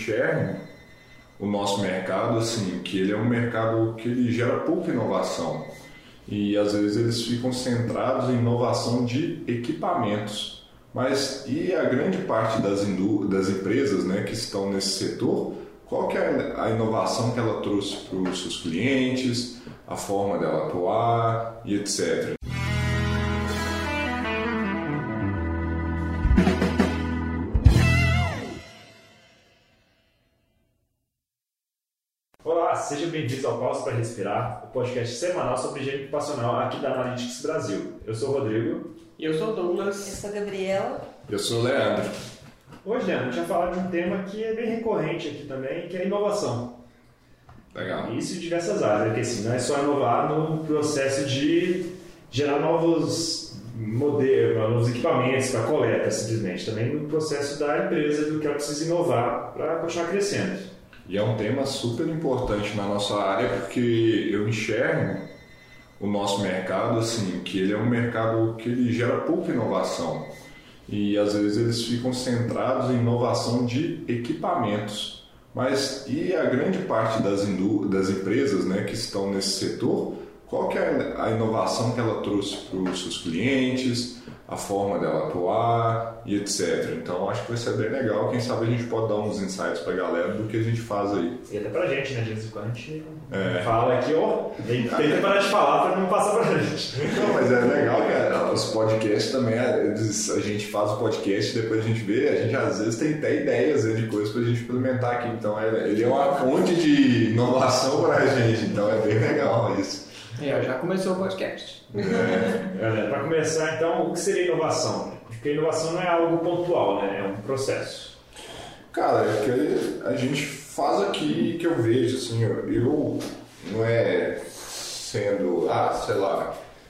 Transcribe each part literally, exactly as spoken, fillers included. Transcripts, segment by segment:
enxergo o nosso mercado assim, que ele é um mercado que ele gera pouca inovação e às vezes eles ficam centrados em inovação de equipamentos, mas e a grande parte das, indú- das empresas, né, que estão nesse setor, qual que é a inovação que ela trouxe para os seus clientes, a forma dela atuar e etcétera. Olá, sejam bem-vindos ao Pausa para Respirar, o podcast semanal sobre higiene ocupacional aqui da Analytics Brasil. Eu sou o Rodrigo. E eu sou o Douglas. Eu sou a Gabriela. Eu sou o Leandro. Hoje, Leandro, a gente vai falar de um tema que é bem recorrente aqui também, que é a inovação. Legal. Isso em diversas áreas, porque assim, não é só inovar no processo de gerar novos modelos, novos equipamentos para coleta, simplesmente. Também no processo da empresa do que ela precisa inovar para continuar crescendo. E é um tema super importante na nossa área porque eu enxergo o nosso mercado assim, que ele é um mercado que ele gera pouca inovação e às vezes eles ficam centrados em inovação de equipamentos, mas e a grande parte das, indú- das empresas, né, que estão nesse setor, qual que é a inovação que ela trouxe para os seus clientes, a forma dela atuar e etcétera. Então acho que vai ser bem legal, quem sabe a gente pode dar uns insights para a galera do que a gente faz aí. E até pra gente, né? De vez em quando a gente É. fala aqui, ó, tem que parar de falar para não passar pra gente. Não, mas é legal, cara. Os podcasts também, eles- a gente faz o podcast, depois a gente vê, a gente às vezes tem até ideias, né, de coisas pra gente implementar aqui. Então é- ele é uma fonte de inovação pra gente, então é bem legal isso. E ó, já começou o podcast. É. Galera, para começar, então, o que seria inovação? Porque inovação não é algo pontual, né? É um processo. Cara, é que a gente faz aqui que eu vejo, assim, eu, eu não é sendo, ah, sei lá,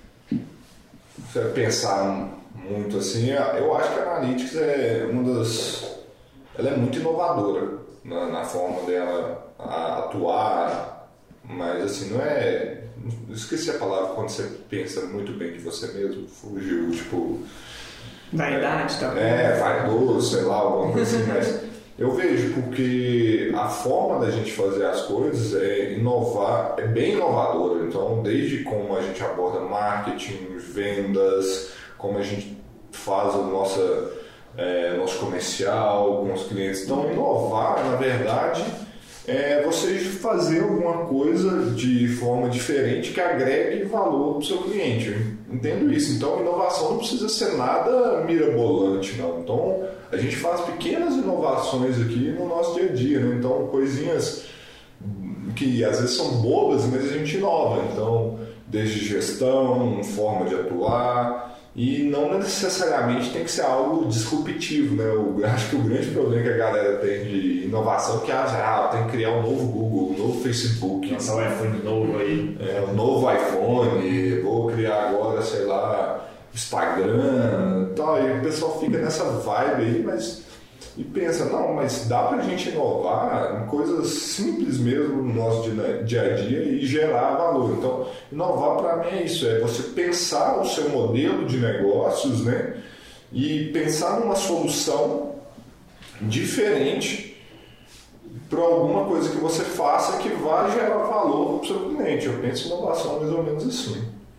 se eu pensar muito assim, eu acho que a Analytics é uma das, ela é muito inovadora na, na forma dela a- atuar, mas assim, não é, esqueci a palavra quando você pensa muito bem de você mesmo, fugiu, tipo... Vaidade, tá? É, vaidoso, sei lá, alguma coisa assim, mas eu vejo porque a forma da gente fazer as coisas é inovar, é bem inovadora. Então, desde como a gente aborda marketing, vendas, como a gente faz o nosso, é, nosso comercial com os clientes. Então, inovar, na verdade, é você fazer alguma coisa de forma diferente que agregue valor para o seu cliente. Eu entendo isso. Então, inovação não precisa ser nada mirabolante, não. Então, a gente faz pequenas inovações aqui no nosso dia a dia, né? Então, coisinhas que às vezes são bobas, mas a gente inova. Então, desde gestão, forma de atuar... E não necessariamente tem que ser algo disruptivo, né? Eu acho que o grande problema que a galera tem de inovação é que ah, tem que criar um novo Google, um novo Facebook. Lançar um iPhone novo aí. É, um novo iPhone, vou criar agora, sei lá, Instagram e tal. E o pessoal fica nessa vibe aí, mas... E pensa, não, mas dá pra gente inovar em coisas simples mesmo no nosso dia a dia e gerar valor. Então, inovar para mim é isso, é você pensar o seu modelo de negócios, né? E pensar numa solução diferente para alguma coisa que você faça que vá gerar valor para o seu cliente. Eu penso em inovação mais ou menos assim.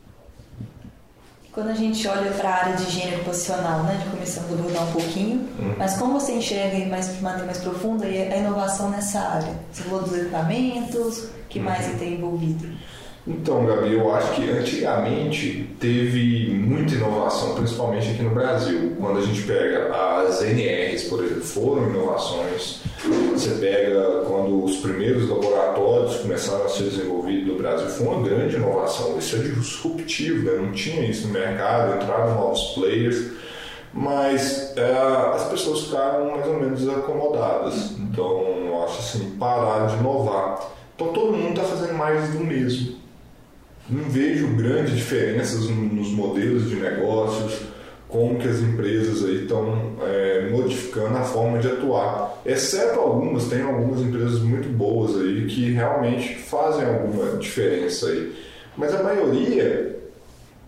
Quando a gente olha para a área de higiene ocupacional, né, de começando a abordar um pouquinho, Uhum. mas como você enxerga aí mais, de maneira mais profunda a inovação nessa área? Você falou dos equipamentos, o que mais Uhum. tem envolvido? Então, Gabi, eu acho que antigamente teve muita inovação, principalmente aqui no Brasil. Quando a gente pega as N Rs, por exemplo, foram inovações. Você pega quando os primeiros laboratórios começaram a ser desenvolvidos no Brasil, foi uma grande inovação. Isso é disruptivo, né? Não tinha isso no mercado, entraram novos players, mas é, as pessoas ficaram mais ou menos acomodadas. Então, eu acho assim, pararam de inovar. Então, todo mundo está fazendo mais do mesmo. Não vejo grandes diferenças nos modelos de negócios, como que as empresas aí estão é, modificando a forma de atuar. Exceto algumas, tem algumas empresas muito boas aí que realmente fazem alguma diferença aí. Mas a maioria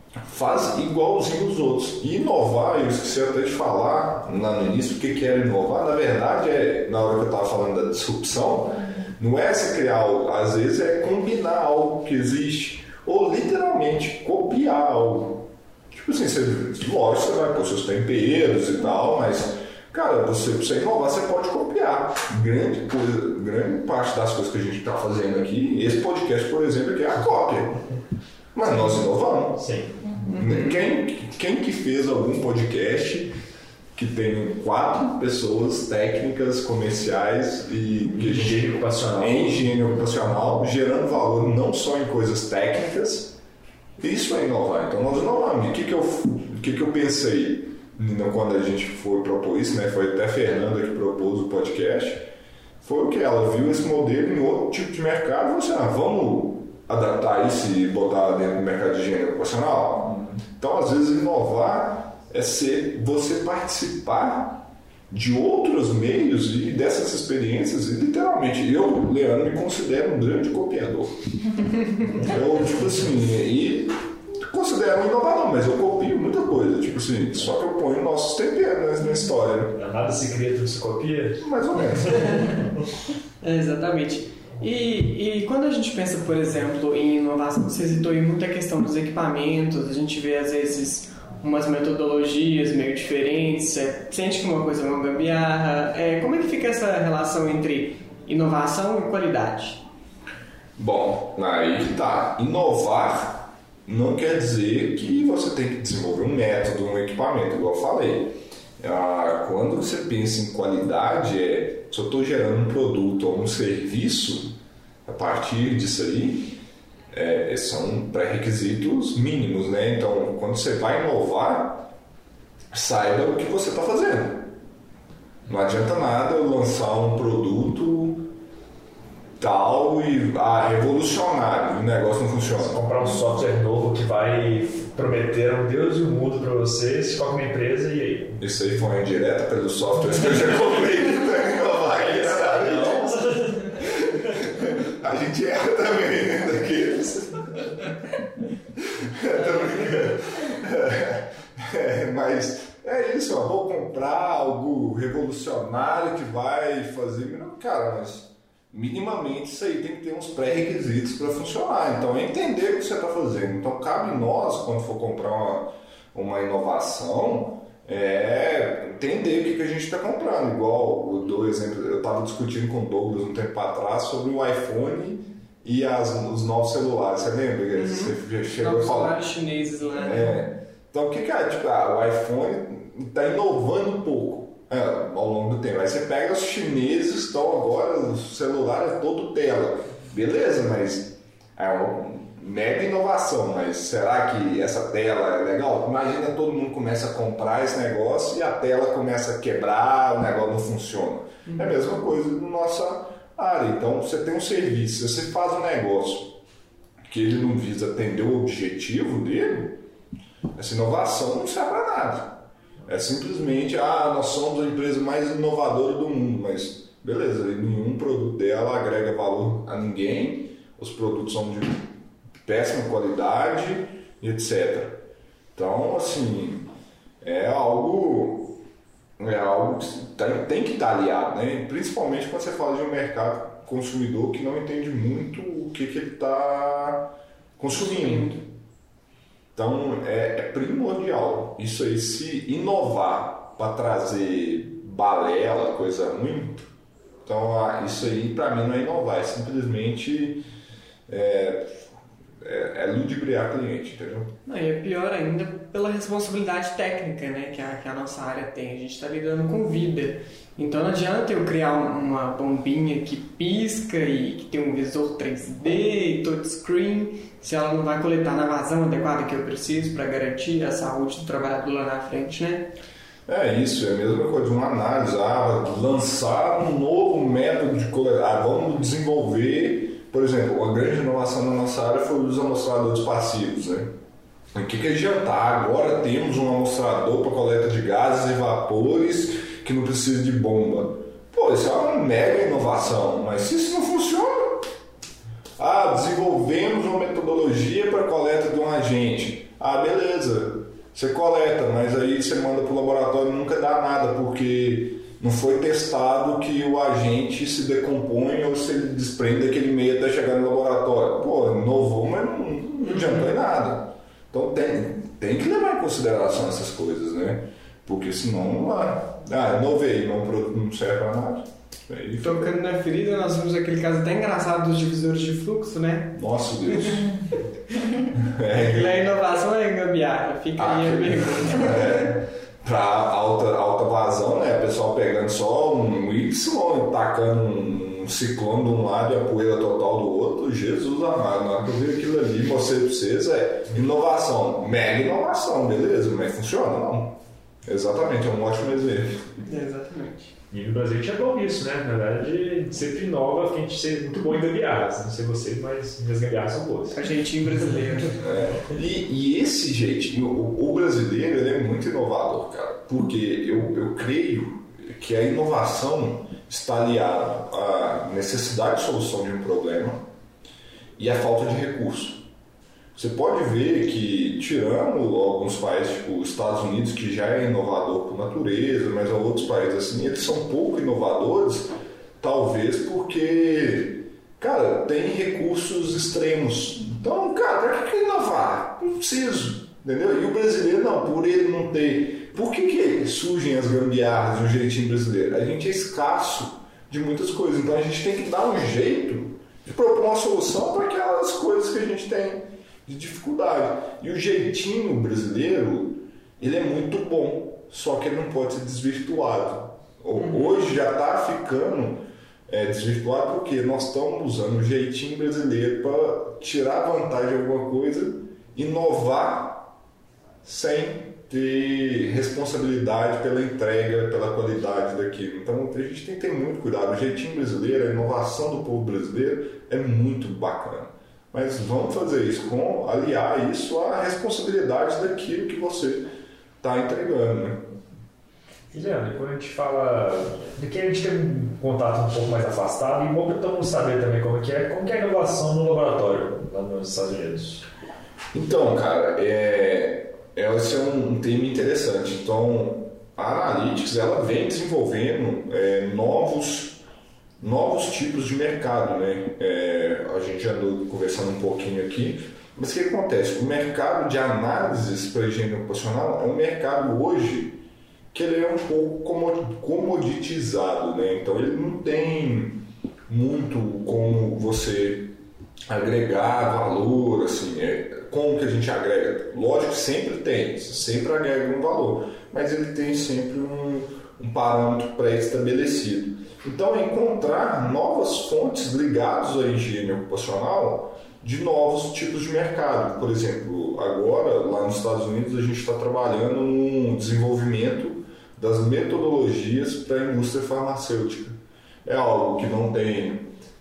faz igualzinho os outros. E inovar, eu esqueci até de falar lá no início o que que era inovar. Na verdade, é, na hora que eu estava falando da disrupção, não é se criar algo, às vezes é combinar algo que existe, ou literalmente copiar algo. Tipo assim, você, lógico, você vai pôr seus temperos e tal, mas, cara, você, pra você inovar, você pode copiar. Grande coisa, grande parte das coisas que a gente está fazendo aqui, esse podcast, por exemplo, aqui é a cópia. Mas nós inovamos. Sim. Quem, quem que fez algum podcast que tem quatro pessoas técnicas, comerciais e que engenharia ocupacional. em engenharia ocupacional, gerando valor não só em coisas técnicas, isso é inovar. Então nós inovamos. O que que eu, o que que eu pensei quando a gente foi propor isso, né? Foi até a Fernanda que propôs o podcast, foi o que ela viu esse modelo em outro tipo de mercado e falou assim, ah, vamos adaptar isso e botar dentro do mercado de engenharia ocupacional. Então, às vezes, inovar é ser você participar de outros meios e dessas experiências. E, literalmente, eu, Leandro, me considero um grande copiador. Eu, tipo assim, e considero um inovador, mas eu copio muita coisa. Tipo assim, só que eu ponho nossos temperos na história. Né? Nada se cria, tudo se copia? Mais ou menos. É, exatamente. E, e quando a gente pensa, por exemplo, em inovação, você citou aí muito a questão dos equipamentos, a gente vê às vezes umas metodologias meio diferentes, você sente que uma coisa é uma gambiarra. É, como é que fica essa relação entre inovação e qualidade? Bom, aí que tá. Inovar não quer dizer que você tem que desenvolver um método, um equipamento, igual eu falei. Ah, quando você pensa em qualidade, é, se eu estou gerando um produto ou um serviço, a partir disso aí, é, são pré-requisitos mínimos, né? Então, quando você vai inovar, saiba o que você está fazendo. Não adianta nada eu lançar um produto tal e ah, revolucionário, o negócio não funciona. Você comprar um software novo que vai prometer um Deus e o um mundo para você, se coloca uma empresa e aí? Isso aí foi uma indireta pelos softwares que eu já comprei para inovar, a gente erra também, né, daqueles. É, mas é isso, eu vou comprar algo revolucionário que vai fazer... Não, cara, mas minimamente isso aí tem que ter uns pré-requisitos para funcionar. Então é entender o que você está fazendo. Então cabe nós, quando for comprar uma, uma inovação, é entender o que, que a gente está comprando. Igual eu dou exemplo, eu estava discutindo com o Douglas um tempo atrás sobre o iPhone e as, os novos celulares. Você lembra? Uhum. Você chegou novos a falar. celulares chineses lá. É. Então o que, que é? Tipo, ah, o iPhone está inovando um pouco. É, ao longo do tempo. Aí você pega os chineses, estão agora, o celular é todo tela. Beleza, mas é uma mega inovação, mas será que essa tela é legal? Imagina todo mundo começa a comprar esse negócio e a tela começa a quebrar, o negócio não funciona. Uhum. É a mesma coisa na nossa área. Então você tem um serviço, você faz um negócio que ele não visa atender o objetivo dele, essa inovação não serve para nada. É simplesmente, ah, nós somos a empresa mais inovadora do mundo, mas beleza, nenhum produto dela agrega valor a ninguém, os produtos são de péssima qualidade, etcétera. Então, assim, é algo, é algo que tem, tem que estar aliado, né? Principalmente quando você fala de um mercado consumidor que não entende muito o que, que ele está consumindo. Então, é, é primordial isso aí, se inovar para trazer balela, coisa ruim, então ah, isso aí para mim não é inovar, é simplesmente é, é, é ludibriar cliente, entendeu? Não, e é pior ainda pela responsabilidade técnica, né, que a, que a nossa área tem, a gente está lidando com vida. Então não adianta eu criar uma bombinha que pisca e que tem um visor três D e touchscreen se ela não vai coletar na vazão adequada que eu preciso para garantir a saúde do trabalhador lá na frente, né? É isso, é a mesma coisa, uma análise, ah, lançar um novo método de coletar, ah, vamos desenvolver, por exemplo, uma grande inovação na nossa área foi os amostradores passivos, né? O que que adiantar? Agora temos um amostrador para coleta de gases e vapores que não precisa de bomba. Pô, isso é uma mega inovação, mas se isso não funciona, ah, desenvolvemos uma metodologia para coleta de um agente. Ah, beleza, você coleta, mas aí você manda para o laboratório e nunca dá nada, porque não foi testado que o agente se decompõe ou se ele desprende daquele meio até chegar no laboratório. Pô, inovou, mas não, não adiantou em nada. Então tem, tem que levar em consideração essas coisas, né? Porque senão não vai. Ah, inovei, mas o produto não serve para nada. Aí, tocando na ferida, nós vimos aquele caso até engraçado dos divisores de fluxo, né? Nossa Deus. é, aquilo é inovação, é gambiarra, fica ah, aí a pergunta. É, para alta, alta vazão, né? O pessoal pegando só um Y, tacando um ciclone de um lado e a poeira total do outro. Jesus amado, na hora que eu vi aquilo ali, mostrei para vocês, é inovação, mega inovação, beleza, mas funciona? Não. Exatamente, é um ótimo exemplo. É, exatamente. E no Brasil a gente é bom nisso, né? Na verdade, sempre inova, porque a gente ser muito bom em gambiarras. Não sei vocês, mas minhas gambiarras são boas. A jeitinho brasileiro. É. E, e esse jeitinho, o, o brasileiro, ele é muito inovador, cara. Porque eu, eu creio que a inovação está aliada à necessidade de solução de um problema e à falta de recurso. Você pode ver que, tirando alguns países, tipo os Estados Unidos, que já é inovador por natureza, mas há outros países assim, eles são pouco inovadores, talvez porque, cara, tem recursos extremos. Então, cara, pra que inovar? Não preciso, entendeu? E o brasileiro, não, por ele não ter... Por que que surgem as gambiarras do jeitinho brasileiro? A gente é escasso de muitas coisas, então a gente tem que dar um jeito de propor uma solução para aquelas coisas que a gente tem de dificuldade. E o jeitinho brasileiro, ele é muito bom, só que ele não pode ser desvirtuado. Hoje já está ficando é, desvirtuado porque nós estamos usando o jeitinho brasileiro para tirar vantagem de alguma coisa, inovar sem ter responsabilidade pela entrega, pela qualidade daquilo. Então a gente tem que ter muito cuidado. O jeitinho brasileiro, a inovação do povo brasileiro é muito bacana. Mas vamos fazer isso, com aliar isso à responsabilidade daquilo que você está entregando, né? E Leandro, quando a gente fala de que a gente tem um contato um pouco mais afastado, e bom para todo mundo saber também como que é, como que é a inovação no laboratório lá nos Estados Unidos. Então, cara, é, esse é um, um tema interessante. Então, a Analytics, ela vem desenvolvendo é, novos novos tipos de mercado, né? É, a gente já andou conversando um pouquinho aqui, mas o que acontece? O mercado de análises para higiene ocupacional é um mercado hoje que ele é um pouco comoditizado, né? Então ele não tem muito como você agregar valor, assim, é, como que a gente agrega? Lógico que sempre tem, sempre agrega um valor, mas ele tem sempre um, um parâmetro pré-estabelecido. Então, é encontrar novas fontes ligadas à higiene ocupacional de novos tipos de mercado. Por exemplo, agora, lá nos Estados Unidos, a gente está trabalhando no desenvolvimento das metodologias para a indústria farmacêutica. É algo que não tem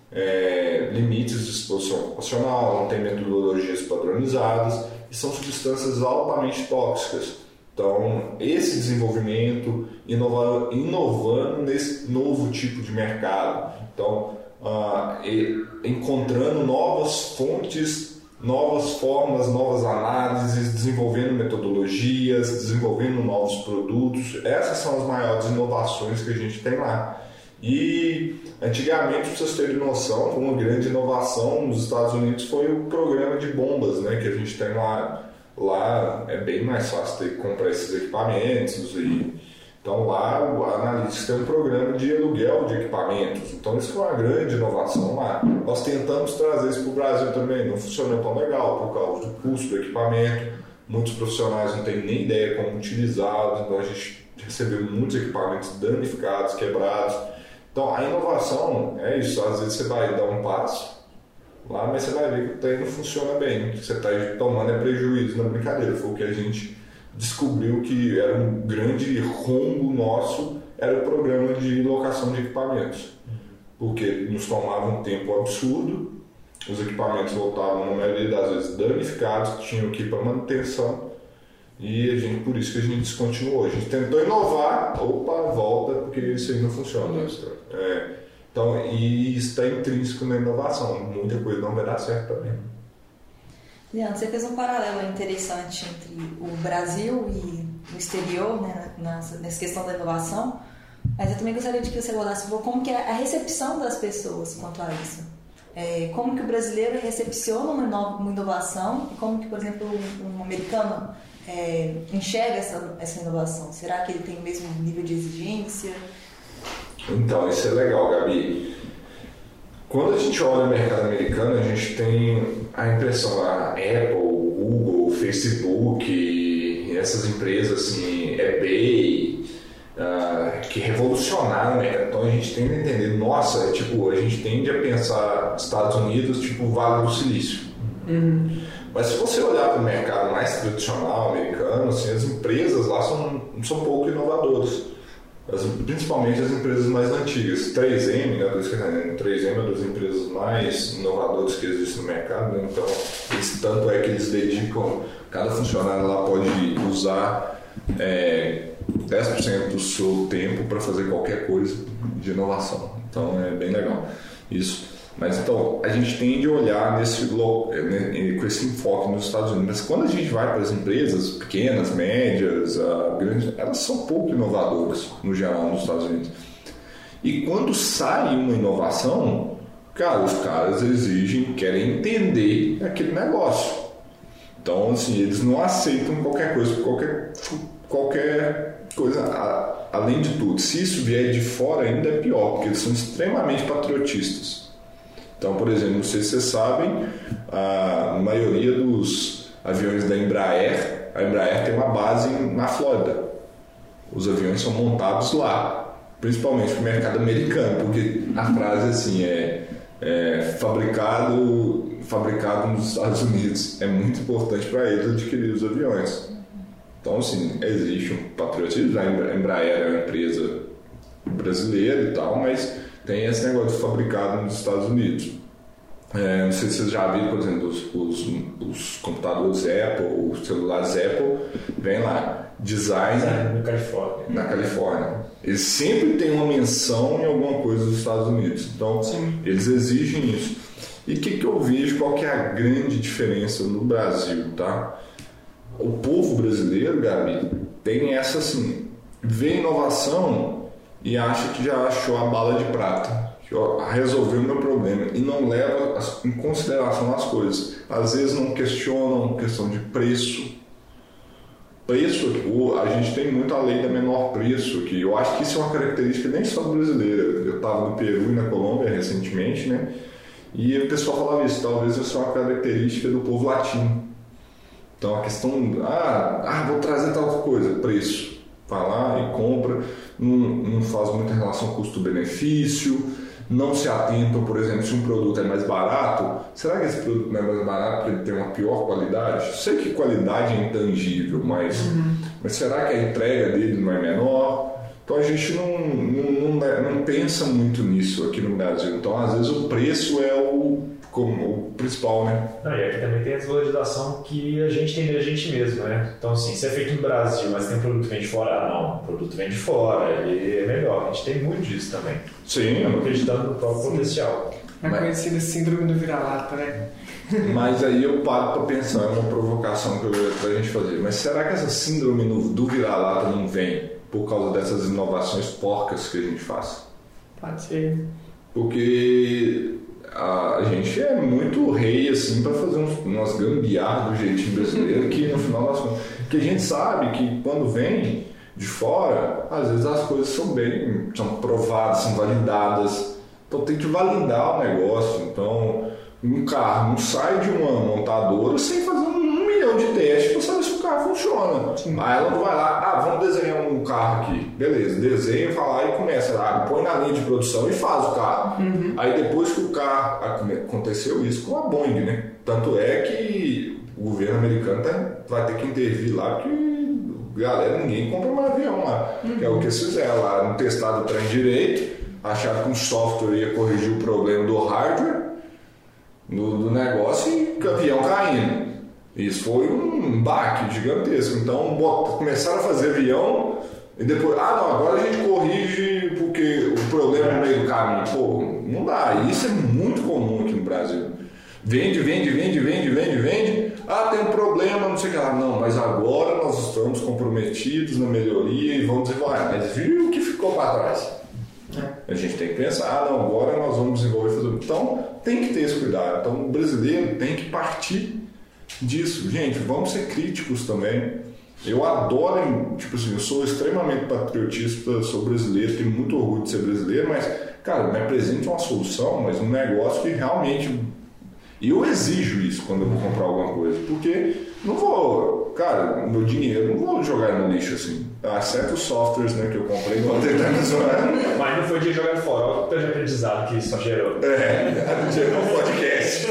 é, limites de exposição ocupacional, não tem metodologias padronizadas e são substâncias altamente tóxicas. Então, esse desenvolvimento, inovar, inovando nesse novo tipo de mercado. Então, ah, e, encontrando novas fontes, novas formas, novas análises, desenvolvendo metodologias, desenvolvendo novos produtos. Essas são as maiores inovações que a gente tem lá. E, antigamente, para vocês terem noção, uma grande inovação nos Estados Unidos foi o programa de bombas, né, que a gente tem lá. Lá é bem mais fácil de comprar esses equipamentos. E, então lá a Analytics tem um programa de aluguel de equipamentos. Então isso foi uma grande inovação lá. Nós tentamos trazer isso para o Brasil também, não funcionou tão legal por causa do custo do equipamento. Muitos profissionais não têm nem ideia como utilizá-los, então a gente recebeu muitos equipamentos danificados, quebrados. Então a inovação é isso, às vezes você vai dar um passo lá, mas você vai ver que o trem não funciona bem, o que você está tomando é prejuízo na brincadeira. Foi o que a gente descobriu que era um grande rombo nosso, era o programa de locação de equipamentos, porque nos tomava um tempo absurdo, os equipamentos voltavam na maioria das vezes danificados, tinham que ir para manutenção, e a gente, por isso que a gente descontinuou. A gente tentou inovar, opa, volta, porque isso aí não funciona. É, então, e isso está intrínseco na inovação, muita coisa não vai dar certo também. Leandro, você fez um paralelo interessante entre o Brasil e o exterior, né, nessa, nessa questão da inovação, mas eu também gostaria de que você abordasse como que é a recepção das pessoas quanto a isso. É, como que o brasileiro recepciona uma, ino- uma inovação e como que, por exemplo, um, um americano é, enxerga essa, essa inovação. Será que ele tem o mesmo nível de exigência? Então, isso é legal, Gabi. Quando a gente olha o mercado americano, a gente tem a impressão, a Apple, Google, Facebook, essas empresas assim, eBay, uh, que revolucionaram o mercado. Então a gente tende a entender, nossa, é tipo, a gente tende a pensar Estados Unidos tipo o Vale do Silício. Uhum. Mas se você olhar para o mercado mais tradicional americano, assim, as empresas lá são, são pouco inovadoras. As, principalmente as empresas mais antigas. três M, né, três M é uma das empresas mais inovadoras que existem no mercado, né? Então, eles, tanto é que eles dedicam, cada funcionário lá pode usar é, dez por cento do seu tempo para fazer qualquer coisa de inovação. Então, é bem legal isso. Mas então, a gente tende a olhar nesse, né, com esse enfoque nos Estados Unidos. Mas quando a gente vai para as empresas pequenas, médias, uh, grandes, elas são pouco inovadoras, no geral, nos Estados Unidos. E quando sai uma inovação, cara, os caras exigem, querem entender aquele negócio. Então, assim, eles não aceitam qualquer coisa, qualquer, qualquer coisa, a, além de tudo. Se isso vier de fora, ainda é pior, porque eles são extremamente patriotistas. Então, por exemplo, não sei se vocês sabem, a maioria dos aviões da Embraer, a Embraer tem uma base na Flórida. Os aviões são montados lá, principalmente para o mercado americano, porque a frase assim é, é fabricado, fabricado nos Estados Unidos. É muito importante para eles adquirir os aviões. Então, assim, existe um patriotismo. A Embraer é uma empresa brasileira e tal, mas tem esse negócio de fabricado nos Estados Unidos. É, não sei se vocês já viram, por exemplo, os, os, os computadores Apple, os celulares Apple, vem lá, design na Califórnia. na Califórnia. Eles sempre têm uma menção em alguma coisa dos Estados Unidos. Então, sim, eles exigem isso. E o que, que eu vejo, qual que é a grande diferença no Brasil, tá? O povo brasileiro, Gabi, tem essa assim, vê inovação e acha que já achou a bala de prata, que resolveu o meu problema e não leva em consideração as coisas. Às vezes não questionam questão de preço. Preço, a gente tem muito a lei da menor preço, que eu acho que isso é uma característica nem só brasileira. Eu estava no Peru e na Colômbia recentemente, né? E o pessoal falava isso, talvez isso é uma característica do povo latino. Então a questão, ah, ah vou trazer tal coisa, preço. Vai lá e compra, não, não faz muita relação custo-benefício, não se atentam, por exemplo, se um produto é mais barato, será que esse produto não é mais barato porque ele tem uma pior qualidade? Eu sei que qualidade é intangível, mas, uhum. mas será que a entrega dele não é menor? Então a gente não, não, não, não pensa muito nisso aqui no Brasil. Então às vezes o preço é o, como, o principal, né? Não, e aqui também tem a desvalorização que a gente tem da gente mesmo, né? Então assim, se é feito no Brasil, mas tem um produto que vem de fora, ah não, o produto vem de fora, ele é melhor. A gente tem muito disso também. Sim. Estamos acreditando no próprio Sim. potencial. É mas... conhecida síndrome do vira-lata, né? Mas aí eu paro para pensar, é uma provocação que eu ia pra gente fazer. Mas será que essa síndrome do vira-lata não vem por causa dessas inovações porcas que a gente faz? Pode ser. Porque a gente é muito rei assim para fazer uns, umas gambiarras do jeitinho brasileiro que no final das contas, que a gente sabe que quando vem de fora, às vezes as coisas são bem, são provadas, são validadas. Então tem que validar o negócio. Então um carro não sai de uma montadora sem fazer um, um milhão de testes para saber se o carro funciona. Sim. Aí ela não vai lá, ah, vamos desenhar um carro aqui. Beleza, desenha, vai lá e começa. Ah, põe na linha de produção e faz o carro. Uhum. Aí depois que o carro... Aconteceu isso com a Boeing, né? Tanto é que o governo americano tá, vai ter que intervir lá, porque, galera, ninguém compra um avião lá. Uhum. Que é o que eles fizeram lá. Não testaram o trem direito, acharam que um software ia corrigir o problema do hardware do, do negócio e o avião caindo. Isso foi um baque gigantesco. Então começaram a fazer avião e depois, ah não, agora a gente corrige porque o problema é no meio do caminho. Pô, não dá. Isso é muito comum aqui no Brasil. Vende, vende, vende, vende, vende, vende. Ah, tem um problema, não sei o que lá. Não, mas agora nós estamos comprometidos na melhoria e vamos desenvolver. Mas viu o que ficou para trás? É. A gente tem que pensar, ah, não, agora nós vamos desenvolver. Fazer... Então, tem que ter esse cuidado. Então, o brasileiro tem que partir disso. Gente, vamos ser críticos também. Eu adoro, tipo assim, eu sou extremamente patriotista, sou brasileiro, tenho muito orgulho de ser brasileiro, mas, cara, me apresente uma solução, mas um negócio que realmente... Eu exijo isso quando eu vou comprar alguma coisa, porque não vou, cara, meu dinheiro, não vou jogar no lixo assim. Há certos softwares, né, que eu comprei no Alternative. Mas não foi de jogar fora, olha o tanto de aprendizado que isso gerou. É, gerou um podcast.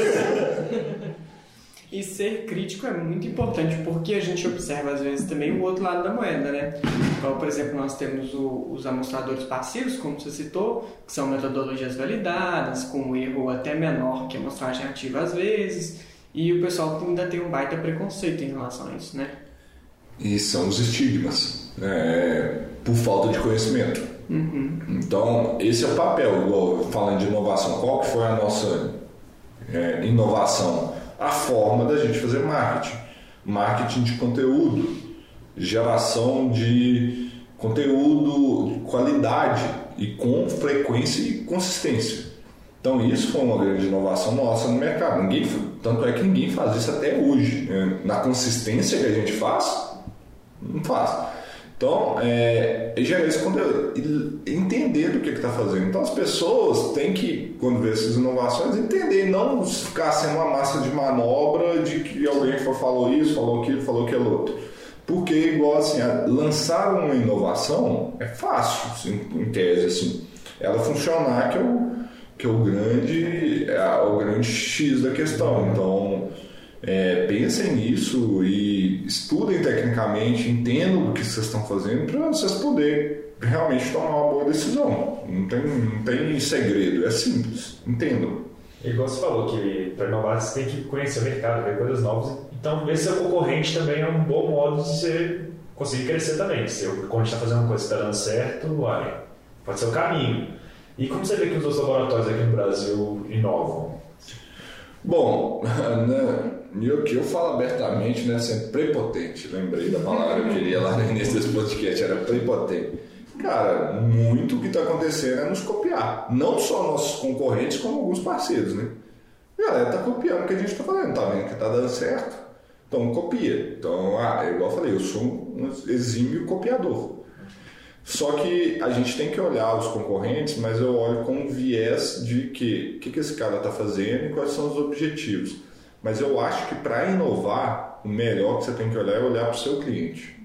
E ser crítico é muito importante, porque a gente observa às vezes também o outro lado da moeda, né? Então, por exemplo, nós temos o, os amostradores passivos, como você citou, que são metodologias validadas, com um erro até menor que a amostragem ativa às vezes, e o pessoal ainda tem um baita preconceito em relação a isso, né? E são os estigmas, né? Por falta de conhecimento. Uhum. Então, esse é o papel, igual falando de inovação. Qual que foi a nossa é, inovação? A forma da gente fazer marketing. Marketing de conteúdo, geração de conteúdo de qualidade e com frequência e consistência. Então isso foi uma grande inovação nossa no mercado. Ninguém, tanto é que ninguém faz isso até hoje. Né? Na consistência que a gente faz, não faz. Então, é, gerar esse conteúdo, entender do que está fazendo. Então, as pessoas têm que, quando vê essas inovações, entender, não ficar sendo uma massa de manobra de que alguém falou isso, falou aquilo, falou aquilo outro. Porque, igual assim, lançar uma inovação é fácil, assim, em tese, assim. Ela funcionar, que é o, que é o, grande, é o grande X da questão. Então... É, pensem nisso e estudem tecnicamente, entendam o que vocês estão fazendo para vocês poderem realmente tomar uma boa decisão. Não tem, não tem segredo, é simples, entendam. E igual você falou, que para inovar você tem que conhecer o mercado, ver coisas novas. Então, ver se é concorrente também é um bom modo de você conseguir crescer também. Se o concorrente está fazendo uma coisa que está dando certo, uai, pode ser o caminho. E como você vê que os outros laboratórios aqui no Brasil inovam? Bom, né, eu que eu falo abertamente, né, sendo prepotente, lembrei da palavra que eu queria lá no início desse podcast, era prepotente. Cara, muito o que está acontecendo é nos copiar, não só nossos concorrentes, como alguns parceiros, né? A galera está copiando o que a gente está fazendo, tá vendo que está dando certo, então copia. Então, ah, é igual eu falei, eu sou um exímio copiador. Só que a gente tem que olhar os concorrentes, mas eu olho com um viés de que o que, que esse cara está fazendo e quais são os objetivos. Mas eu acho que para inovar, o melhor que você tem que olhar é olhar para o seu cliente.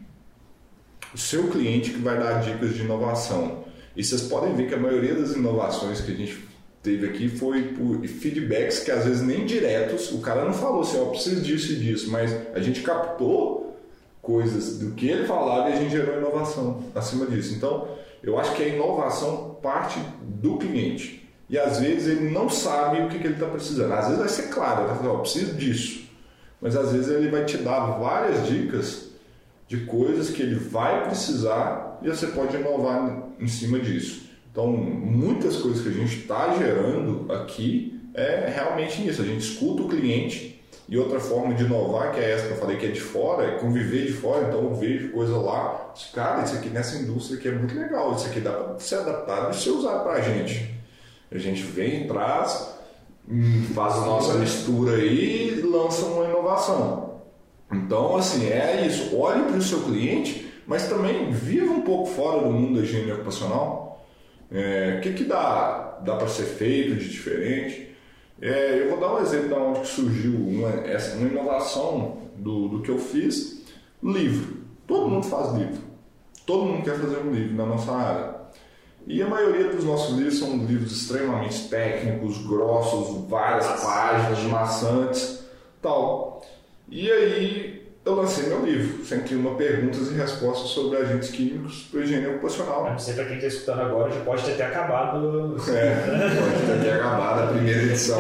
O seu cliente que vai dar dicas de inovação. E vocês podem ver que a maioria das inovações que a gente teve aqui foi por feedbacks que às vezes nem diretos, o cara não falou assim, ó, oh, preciso disso e disso, mas a gente captou coisas do que ele falava e a gente gerou inovação acima disso. Então, eu acho que a inovação parte do cliente. E às vezes ele não sabe o que, que ele está precisando. Às vezes vai ser claro, ele vai falar, ó, preciso disso. Mas às vezes ele vai te dar várias dicas de coisas que ele vai precisar e você pode inovar em cima disso. Então, muitas coisas que a gente está gerando aqui é realmente isso. A gente escuta o cliente. E outra forma de inovar, que é essa que eu falei que é de fora, é conviver de fora. Então eu vejo coisa lá, cara, isso aqui nessa indústria aqui é muito legal, isso aqui dá para ser adaptado e ser usado para a gente. A gente vem, traz, faz a nossa mistura aí e lança uma inovação. Então, assim, é isso. Olhe para o seu cliente, mas também viva um pouco fora do mundo da higiene ocupacional. É, o que, que dá, dá para ser feito de diferente? É, eu vou dar um exemplo de onde surgiu uma, essa, uma inovação do, do que eu fiz. Livro. Todo mundo faz livro. Todo mundo quer fazer um livro na nossa área. E a maioria dos nossos livros são livros extremamente técnicos, grossos, várias páginas, maçantes, tal. E aí eu lancei meu livro, cento e uma perguntas e respostas sobre agentes químicos para higiene ocupacional. Não sei para quem está escutando agora, já pode ter até acabado. É, pode ter até acabado a primeira edição.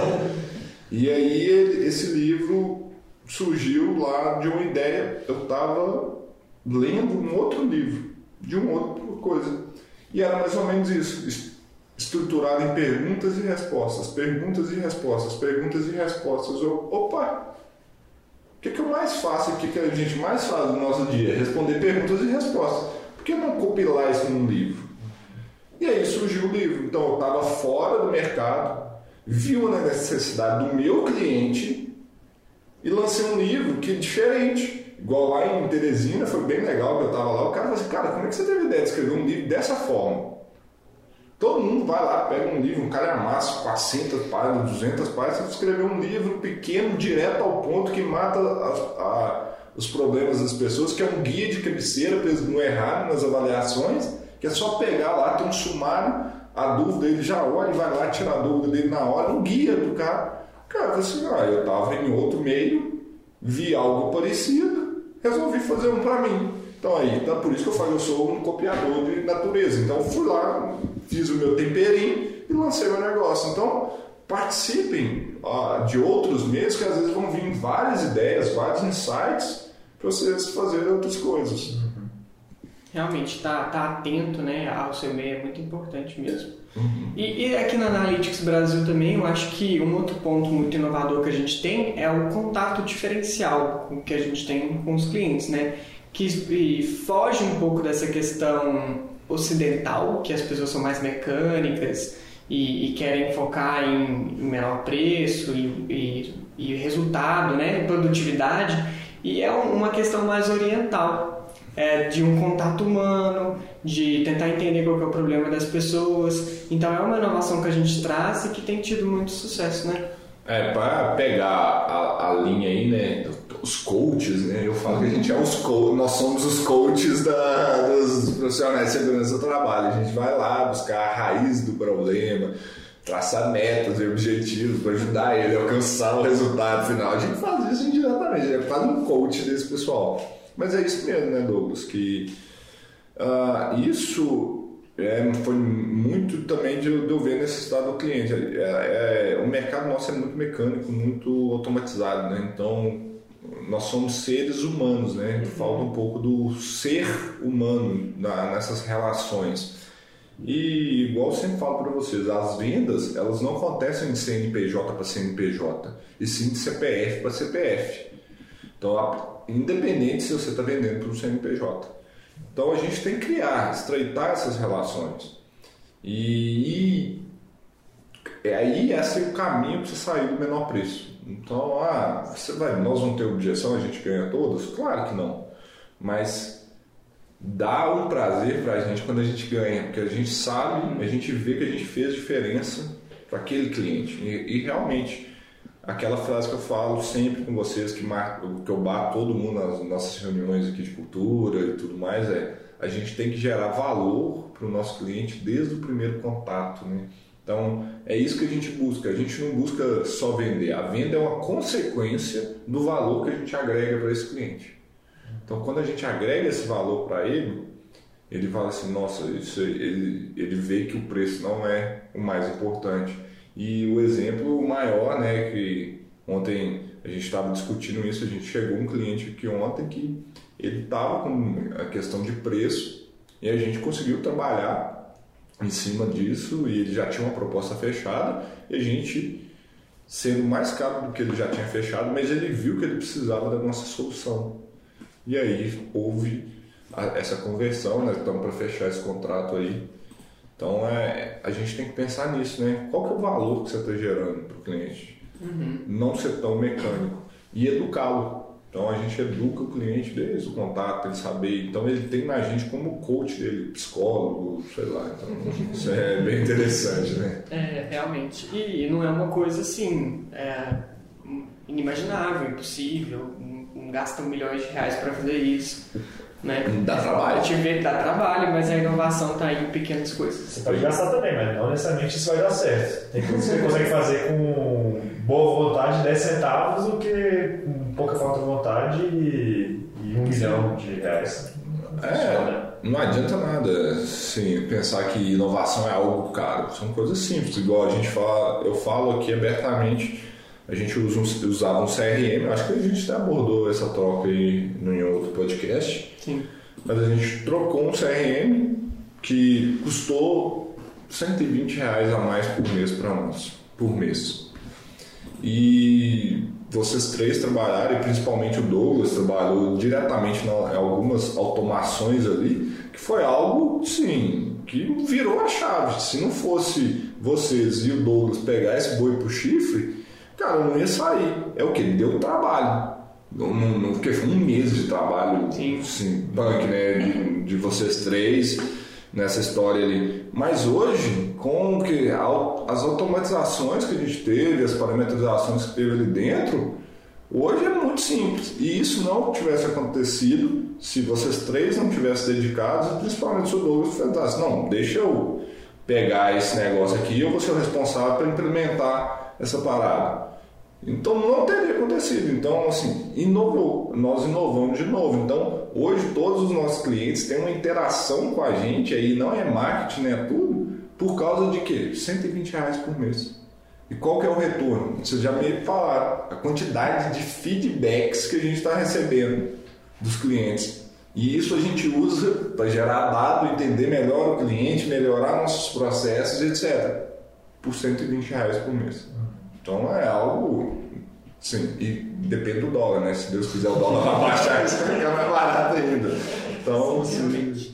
E aí esse livro surgiu lá de uma ideia, eu estava lendo um outro livro, de uma outra coisa. E era mais ou menos isso, estruturado em perguntas e respostas, perguntas e respostas, perguntas e respostas. Eu, opa, o que, que eu mais faço, o que, que a gente mais faz no nosso dia? Responder perguntas e respostas. Por que não compilar isso num livro? E aí surgiu o livro. Então eu estava fora do mercado, vi a necessidade do meu cliente e lancei um livro que é diferente. Igual lá em Teresina, foi bem legal que eu estava lá. O cara falou assim, cara, como é que você teve ideia de escrever um livro dessa forma? Todo mundo vai lá, pega um livro, um calhamaço, quatrocentas páginas, duzentas páginas, você escreveu um livro pequeno, direto ao ponto, que mata a, a, os problemas das pessoas, que é um guia de cabeceira para eles não errarem nas avaliações, que é só pegar lá, tem um sumário, a dúvida ele já olha e vai lá tirar a dúvida dele na hora, um guia do cara. O cara falou assim, ah, eu estava em outro meio, vi algo parecido, resolvi fazer um para mim. Então aí, então, por isso que eu falo, eu sou um copiador de natureza. Então eu fui lá, fiz o meu temperinho e lancei o meu negócio. Então participem ó, de outros meios que às vezes vão vir várias ideias, vários insights para vocês fazerem outras coisas. Realmente, estar tá, tá atento, né, ao seu meio é muito importante mesmo. Uhum. E, e aqui na Analytics Brasil também, eu acho que um outro ponto muito inovador que a gente tem é o contato diferencial que a gente tem com os clientes, né? Que foge um pouco dessa questão ocidental, que as pessoas são mais mecânicas e, e querem focar em, em menor preço e, e, e resultado, né, produtividade, e é uma questão mais oriental, é, de um contato humano, de tentar entender qual que é o problema das pessoas. Então é uma inovação que a gente traz e que tem tido muito sucesso, né? É, para pegar a, a linha aí, né, os coaches, né, eu falo que a gente é os coaches, nós somos os coaches da, dos profissionais de segurança do trabalho. A gente vai lá buscar a raiz do problema, traçar metas e objetivos para ajudar ele a alcançar o resultado final. A gente faz isso indiretamente, a gente faz um coach desse pessoal. Mas é isso mesmo, né, Douglas, que uh, isso... É, foi muito também de eu, de eu ver a necessidade do cliente. É, é, o mercado nosso é muito mecânico, muito automatizado, né? Então nós somos seres humanos, né? Uhum. Falta um pouco do ser humano na, nessas relações. E igual eu sempre falo para vocês, as vendas elas não acontecem de C N P J para C N P J, e sim de C P F para C P F. Então, independente se você está vendendo para um C N P J. Então a gente tem que criar, estreitar essas relações. E, e aí esse é o caminho para você sair do menor preço. Então, ah, você vai, nós vamos ter objeção, a gente ganha todas? Claro que não. Mas dá um prazer para a gente quando a gente ganha, porque a gente sabe, a gente vê que a gente fez diferença para aquele cliente. E, e realmente, aquela frase que eu falo sempre com vocês, que, marco, que eu bato todo mundo nas nossas reuniões aqui de cultura e tudo mais, é a gente tem que gerar valor para o nosso cliente desde o primeiro contato, né? Então, é isso que a gente busca. A gente não busca só vender. A venda é uma consequência do valor que a gente agrega para esse cliente. Então, quando a gente agrega esse valor para ele, ele fala assim, nossa, isso, ele, ele vê que o preço não é o mais importante. E o exemplo maior, né, que ontem a gente estava discutindo isso, a gente chegou um cliente aqui ontem que ele estava com a questão de preço e a gente conseguiu trabalhar em cima disso e ele já tinha uma proposta fechada e a gente, sendo mais caro do que ele já tinha fechado, mas ele viu que ele precisava da nossa solução. E aí houve essa conversão, né, estamos para fechar esse contrato aí. Então, é, a gente tem que pensar nisso, né? Qual que é o valor que você está gerando para o cliente? Uhum. Não ser tão mecânico. E educá-lo. Então, a gente educa o cliente desde o contato, ele saber. Então, ele tem na gente como coach dele, psicólogo, sei lá. Então, isso é bem interessante, né? É, realmente. E não é uma coisa assim, é, inimaginável, impossível. Não gastam milhões de reais para fazer isso. Né? Dá trabalho. A gente vê que dá trabalho, mas a inovação está aí em pequenas coisas. Você pode gastar também, mas não necessariamente isso vai dar certo. Tem coisas que você consegue fazer com boa vontade, dez centavos, do que com pouca falta de vontade e, e um milhão de reais. É, não adianta nada assim, pensar que inovação é algo caro. São coisas simples, igual a gente fala, eu falo aqui abertamente. A gente usa um, usava um C R M, acho que a gente até abordou essa troca aí em outro podcast. Sim. Mas a gente trocou um C R M que custou cento e vinte reais a mais por mês para nós, por mês. E vocês três trabalharam, e principalmente o Douglas trabalhou diretamente em algumas automações ali, que foi algo, sim, que virou a chave. Se não fosse vocês e o Douglas pegar esse boi pro chifre, cara, não ia sair. É o que? Deu trabalho. Não, não, não, porque foi um mês de trabalho, sim, sim punk, né, de, de vocês três nessa história ali. Mas hoje, com que as automatizações que a gente teve, as parametrizações que teve ali dentro, hoje é muito simples. E isso não tivesse acontecido se vocês três não tivessem dedicados, principalmente se o Douglas pensasse, não, deixa eu pegar esse negócio aqui, eu vou ser o responsável para implementar essa parada. Então não teria acontecido. Então, assim, inovou. Nós inovamos de novo. Então, hoje todos os nossos clientes têm uma interação com a gente, aí não é marketing, não é tudo, por causa de quê? cento e vinte reais por mês. E qual que é o retorno? Vocês já meio falaram, a quantidade de feedbacks que a gente está recebendo dos clientes. E isso a gente usa para gerar dado, entender melhor o cliente, melhorar nossos processos, etcétera. Por cento e vinte reais por mês. Então é algo, sim, e depende do dólar, né? Se Deus quiser o dólar vai baixar, isso vai ficar mais barato ainda. Então, assim,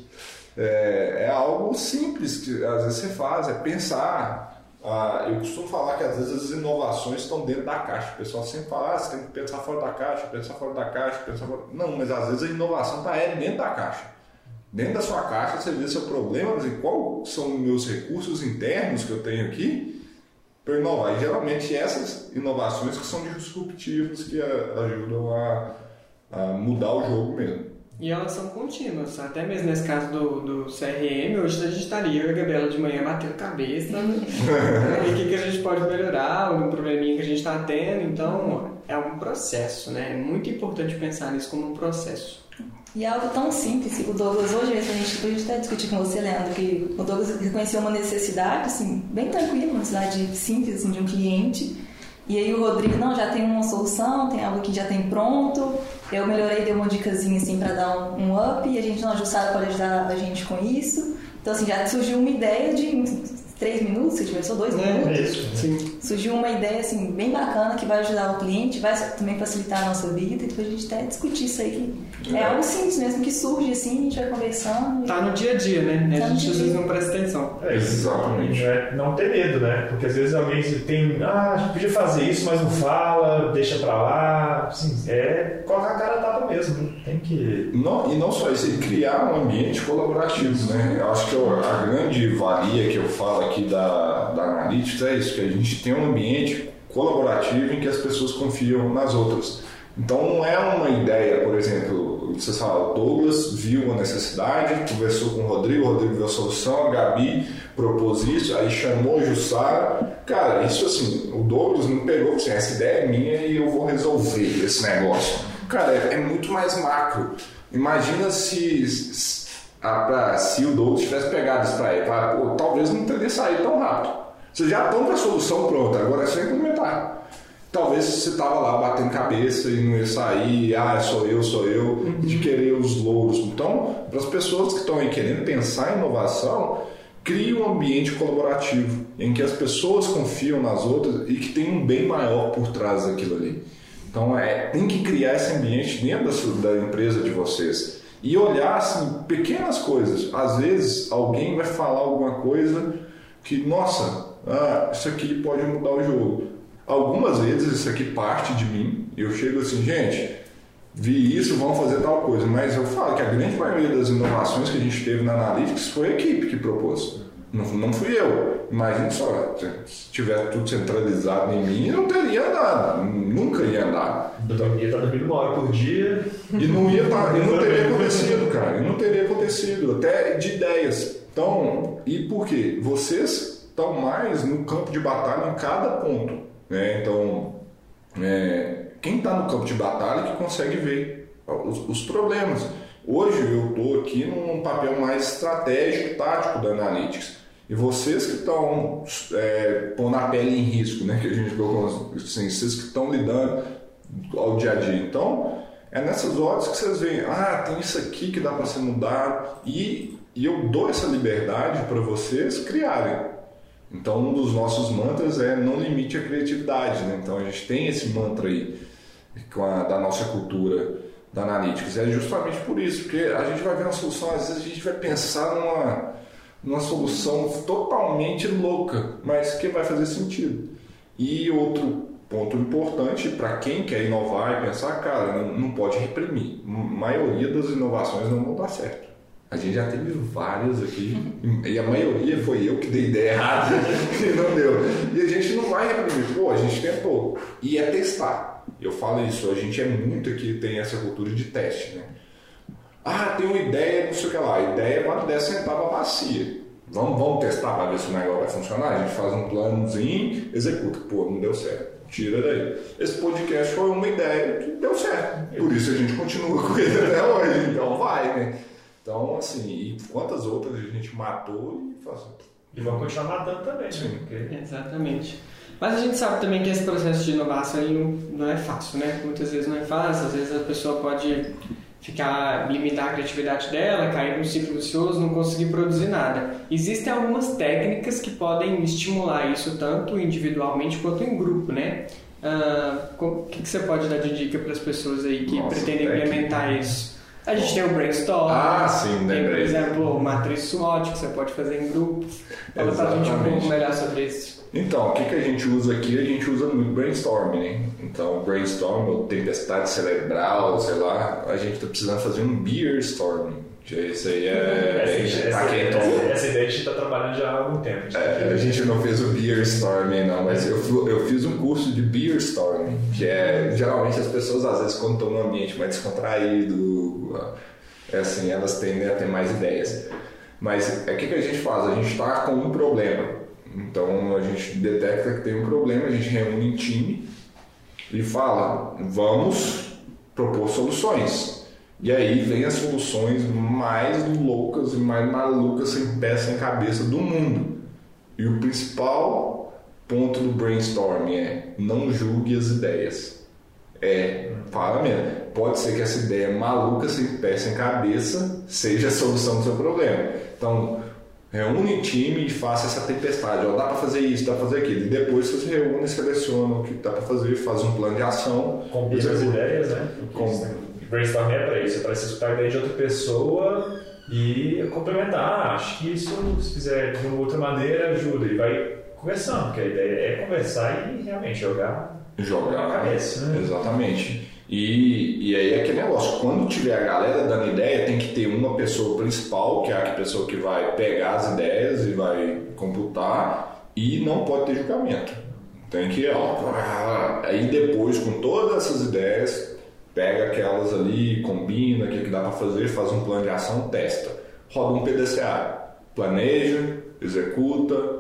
é, é algo simples que às vezes você faz, é pensar. Ah, eu costumo falar que às vezes as inovações estão dentro da caixa. O pessoal sempre fala, ah, você tem que pensar fora da caixa, pensar fora da caixa, pensar fora... Não, mas às vezes a inovação está é dentro da caixa. Dentro da sua caixa você vê seu problema, e quais são os meus recursos internos que eu tenho aqui para inovar. E geralmente essas inovações que são disruptivas, que ajudam a, a mudar o jogo mesmo. E elas são contínuas, até mesmo nesse caso do, do C R M, hoje a gente estaria, eu e a Gabriela de manhã batendo cabeça, né? E o que, que a gente pode melhorar, algum probleminha que a gente está tendo, então é um processo, né? É muito importante pensar nisso como um processo. E é algo tão simples, o Douglas, hoje mesmo a gente pode até discutir com você, Leandro, que o Douglas reconheceu uma necessidade, assim, bem tranquila, uma necessidade simples, assim, de um cliente. E aí o Rodrigo, não, já tem uma solução, tem algo que já tem pronto. Eu melhorei, dei uma dicasinha assim para dar um, um up, e a gente não ajustar pode ajudar a gente com isso. Então assim, já surgiu uma ideia de três minutos, se tiver só dois é, minutos. É isso, sim. Surgiu uma ideia assim, bem bacana que vai ajudar o cliente, vai também facilitar a nossa vida, e depois a gente até discutir isso aí. Que é, é algo simples mesmo, que surge assim, a gente vai conversando. Tá no dia a dia, né? Tá a gente às vezes não presta atenção. É, exatamente. É, não ter medo, né? Porque às vezes alguém tem, ah, a gente podia fazer isso, mas não fala, deixa pra lá. Assim, é colocar a cara tapa mesmo. Tem que. Não, e não só isso, é criar um ambiente colaborativo, né? Eu acho que a grande valia que eu falo aqui da, da Analytics é isso, que a gente tem um ambiente colaborativo em que as pessoas confiam nas outras. Então não é uma ideia, por exemplo, você fala, o Douglas viu uma necessidade, conversou com o Rodrigo, o Rodrigo viu a solução, a Gabi propôs isso, aí chamou a Jussara. Cara, isso assim, o Douglas não pegou assim, essa ideia é minha e eu vou resolver esse negócio. Cara, é, é muito mais macro. Imagina se, se, a, se o Douglas tivesse pegado isso para ele, pra, pô, talvez não teria saído tão rápido. Vocês já estão com a solução pronta, agora é só implementar. Talvez você estava lá batendo cabeça e não ia sair, ah, sou eu, sou eu, uhum. de querer os louros. Então, para as pessoas que estão aí querendo pensar em inovação, crie um ambiente colaborativo, em que as pessoas confiam nas outras e que tem um bem maior por trás daquilo ali. Então, é, tem que criar esse ambiente dentro da, sua, da empresa de vocês. E olhar, assim, pequenas coisas. Às vezes, alguém vai falar alguma coisa que, nossa, ah, isso aqui pode mudar o jogo. Algumas vezes isso aqui parte de mim, eu chego assim, gente, vi isso, vamos fazer tal coisa, mas eu falo que a grande maioria das inovações que a gente teve na Analytics foi a equipe que propôs, não, não fui eu. Imagina só, se tivesse tudo centralizado em mim, não teria andado, nunca ia andar. Então, ia estar dormindo uma hora por dia. E não, ia tá, e não teria acontecido, cara, e não teria acontecido, até de ideias. Então, e por quê? Vocês estão mais no campo de batalha em cada ponto. É, então, é, quem está no campo de batalha que consegue ver os, os problemas. Hoje eu estou aqui num papel mais estratégico, tático da Analytics. E vocês que estão é, pondo a pele em risco, né, que a gente colocou assim, vocês que estão lidando ao dia a dia. Então, é nessas horas que vocês veem, ah, tem isso aqui que dá para ser mudado. E, e eu dou essa liberdade para vocês criarem. Então, um dos nossos mantras é não limite a criatividade, né? Então, a gente tem esse mantra aí com a, da nossa cultura da Analytics. É justamente por isso, porque a gente vai ver uma solução, às vezes a gente vai pensar numa, numa solução totalmente louca, mas que vai fazer sentido. E outro ponto importante para quem quer inovar e pensar, cara, não, não pode reprimir. A maioria das inovações não vão dar certo. A gente já teve várias aqui, e a maioria foi eu que dei ideia errada e não deu. E a gente não vai reprimir, pô, a gente tentou. E é testar. Eu falo isso, a gente é muito aqui, tem essa cultura de teste, né? Ah, tem uma ideia, não sei o que lá. A ideia é uma dessa centava bacia. Vamos, vamos testar para ver se o negócio vai funcionar? A gente faz um planozinho, executa. Pô, não deu certo. Tira daí. Esse podcast foi uma ideia que deu certo. Por isso a gente continua com ele até hoje. Então vai, né? Então, assim, e quantas outras a gente matou e faz. E vão continuar matando também, né? Porque... Exatamente. Mas a gente sabe também que esse processo de inovação não, não é fácil, né? Muitas vezes não é fácil, às vezes a pessoa pode ficar, limitar a criatividade dela, cair num ciclo vicioso, não conseguir produzir nada. Existem algumas técnicas que podem estimular isso tanto individualmente quanto em grupo, né? Uh, o que, que você pode dar de dica para as pessoas aí que Nossa, pretendem técnica. implementar isso? A gente tem o brainstorm, ah, sim, tem, por exemplo, o matriz SWOT, que você pode fazer em grupos. Fala pra gente um pouco melhor sobre isso. Então, o que, que a gente usa aqui? A gente usa muito brainstorm, né? Então, brainstorm, ou tempestade cerebral, sei lá, a gente está precisando fazer um beerstorm. Isso aí é... Essa, essa, essa, essa ideia a gente está trabalhando já há algum tempo. A, é, a gente não fez o beerstorm, não, mas eu, eu fiz um curso de beerstorm, que é, geralmente as pessoas, às vezes, quando estão num ambiente mais descontraído, é assim, elas tendem a ter mais ideias. Mas, é o que, que a gente faz? A gente está com um problema. Então, a gente detecta que tem um problema, a gente reúne em time e fala, vamos propor soluções. E aí vem as soluções mais loucas e mais malucas, sem pé, sem cabeça do mundo. E o principal ponto do brainstorming é não julgue as ideias. É, fala mesmo. Pode ser que essa ideia maluca, sem pé, sem cabeça, seja a solução do seu problema. Então, reúne time e faça essa tempestade. Ó, dá para fazer isso, dá para fazer aquilo. E depois você se reúne, seleciona o que dá para fazer, faz um plano de ação. Combina as ideias, né? Com... Brainstorm é para isso, é para você escutar a ideia de outra pessoa e complementar. Ah, acho que isso, se fizer de uma outra maneira, ajuda. E vai conversando, porque a ideia é conversar e realmente jogar, jogar na cabeça. Né? Exatamente. E, e aí é aquele negócio, quando tiver a galera dando ideia, tem que ter uma pessoa principal, que é a pessoa que vai pegar as ideias e vai computar, e não pode ter julgamento. Tem que, ó, aí depois, com todas essas ideias, pega aquelas ali, combina o que, que dá para fazer, faz um plano de ação, testa. Roda um P D C A. Planeja, executa,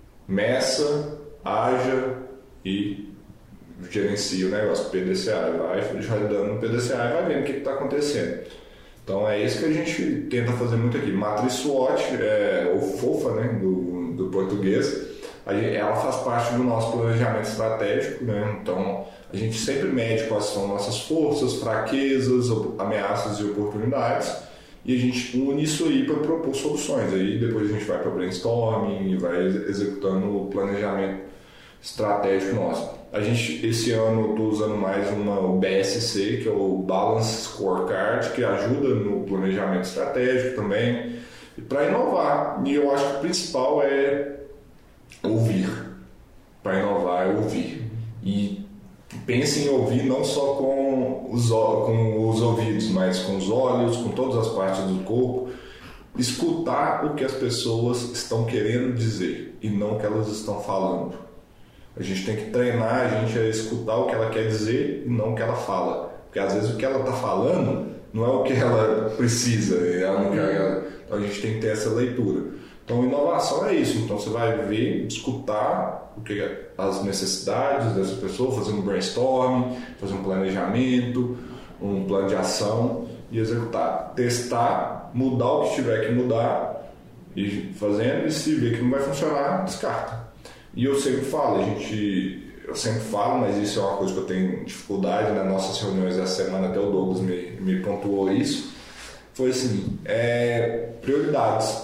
meça, haja e gerencia o negócio. P D C A. Vai rodando no P D C A e vai vendo o que está acontecendo. Então é isso que a gente tenta fazer muito aqui. Matriz SWOT, é, ou FOFA, né, do, do português, a gente, ela faz parte do nosso planejamento estratégico, né? Então a gente sempre mede quais são nossas forças, fraquezas, ameaças e oportunidades, e a gente une isso aí para propor soluções. Aí depois a gente vai para brainstorming e vai executando o planejamento estratégico nosso. A gente, esse ano eu estou usando mais uma, o B S C, que é o Balance Scorecard, que ajuda no planejamento estratégico também, e para inovar. E eu acho que o principal é ouvir. Para inovar é ouvir. E pense em ouvir não só com os, com os ouvidos, mas com os olhos, com todas as partes do corpo. Escutar o que as pessoas estão querendo dizer e não o que elas estão falando. A gente tem que treinar a gente a escutar o que ela quer dizer e não o que ela fala. Porque às vezes o que ela está falando não é o que ela precisa. Ela não quer, ela... Então a gente tem que ter essa leitura. Então, inovação é isso. Então, você vai ver, escutar o que é as necessidades dessa pessoa, fazer um brainstorm, fazer um planejamento, um plano de ação e executar. Testar, mudar o que tiver que mudar, e fazendo, e se ver que não vai funcionar, descarta. E eu sempre falo, a gente, eu sempre falo, mas isso é uma coisa que eu tenho dificuldade nas nossas reuniões essa semana, até o Douglas me, me pontuou isso. Foi assim, é, prioridades.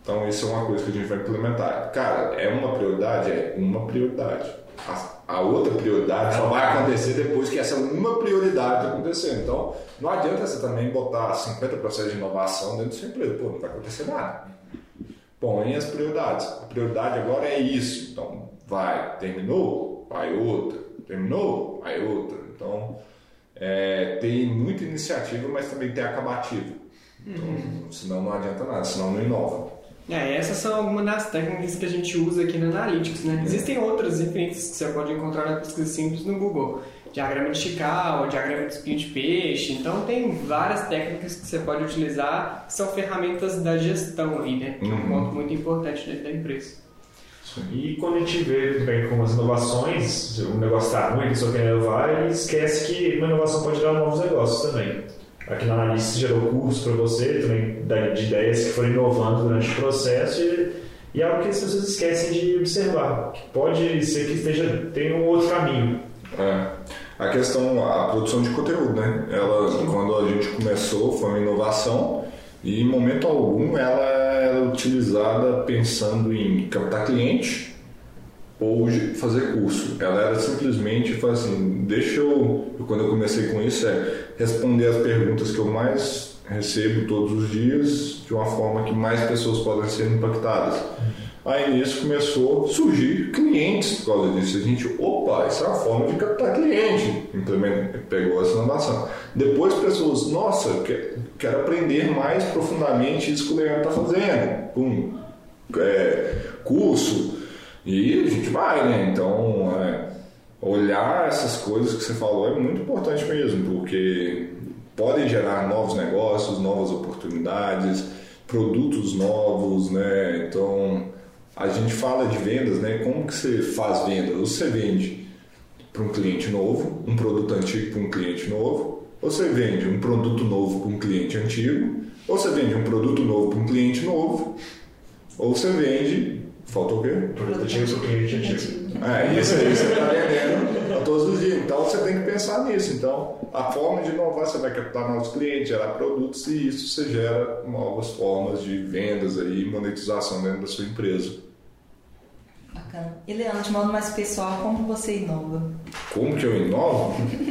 Então isso é uma coisa que a gente vai implementar. Cara, é uma prioridade? É uma prioridade. A, a outra prioridade só vai acontecer depois que essa uma prioridade acontecer. Então não adianta você também botar cinquenta processos de inovação dentro da sua empresa. Pô, não vai acontecer nada. Põe as prioridades. A prioridade agora é isso. Então vai, terminou, vai outra. Terminou, vai outra. Então é, tem muita iniciativa, mas também tem acabativa. Então, uhum. Senão não adianta nada, senão não inova. É, essas são algumas das técnicas que a gente usa aqui no Analytics, né? Existem outras infinitas que você pode encontrar na pesquisa simples no Google. Diagrama de Chicago, diagrama de espinho de peixe. Então tem várias técnicas que você pode utilizar que são ferramentas da gestão aí, né? Que uhum. é um ponto muito importante dentro da empresa. E quando a gente vê bem como as inovações, o negócio está ruim, que só quer inovar, ele esquece que uma inovação pode gerar novos negócios também. Aqui na Analytics gerou cursos para você, também de ideias que foram inovando durante o processo e, e é algo que as pessoas esquecem de observar, que pode ser que esteja, tenha um outro caminho. É. A questão, a produção de conteúdo, né? Ela, quando a gente começou, foi uma inovação e em momento algum ela era utilizada pensando em captar cliente ou fazer curso. Ela era simplesmente assim, deixa eu, quando eu comecei com isso, é responder as perguntas que eu mais recebo todos os dias de uma forma que mais pessoas podem ser impactadas. Aí nisso começou a surgir clientes por causa disso. A gente, opa, isso é uma forma de captar cliente. Pegou essa inovação. Depois pessoas, nossa, eu quero aprender mais profundamente isso que o Leandro está fazendo. Pum, é, curso. E a gente vai, né? Então, é, olhar essas coisas que você falou é muito importante mesmo, porque podem gerar novos negócios, novas oportunidades, produtos novos, né? Então, a gente fala de vendas, né? Como que você faz vendas? Você vende para um cliente novo, um produto antigo para um cliente novo, ou você vende um produto novo para um cliente antigo, ou você vende um produto novo para um cliente novo, ou você vende... Faltou o quê? Produto antigo para o cliente antigo. É, isso aí você está vendendo a todos os dias. Então você tem que pensar nisso. Então, a forma de inovar, você vai captar novos clientes, gerar produtos e isso você gera novas formas de vendas aí, monetização dentro da sua empresa. Bacana. E Leandro, de modo mais pessoal, como você inova? Como que eu inovo?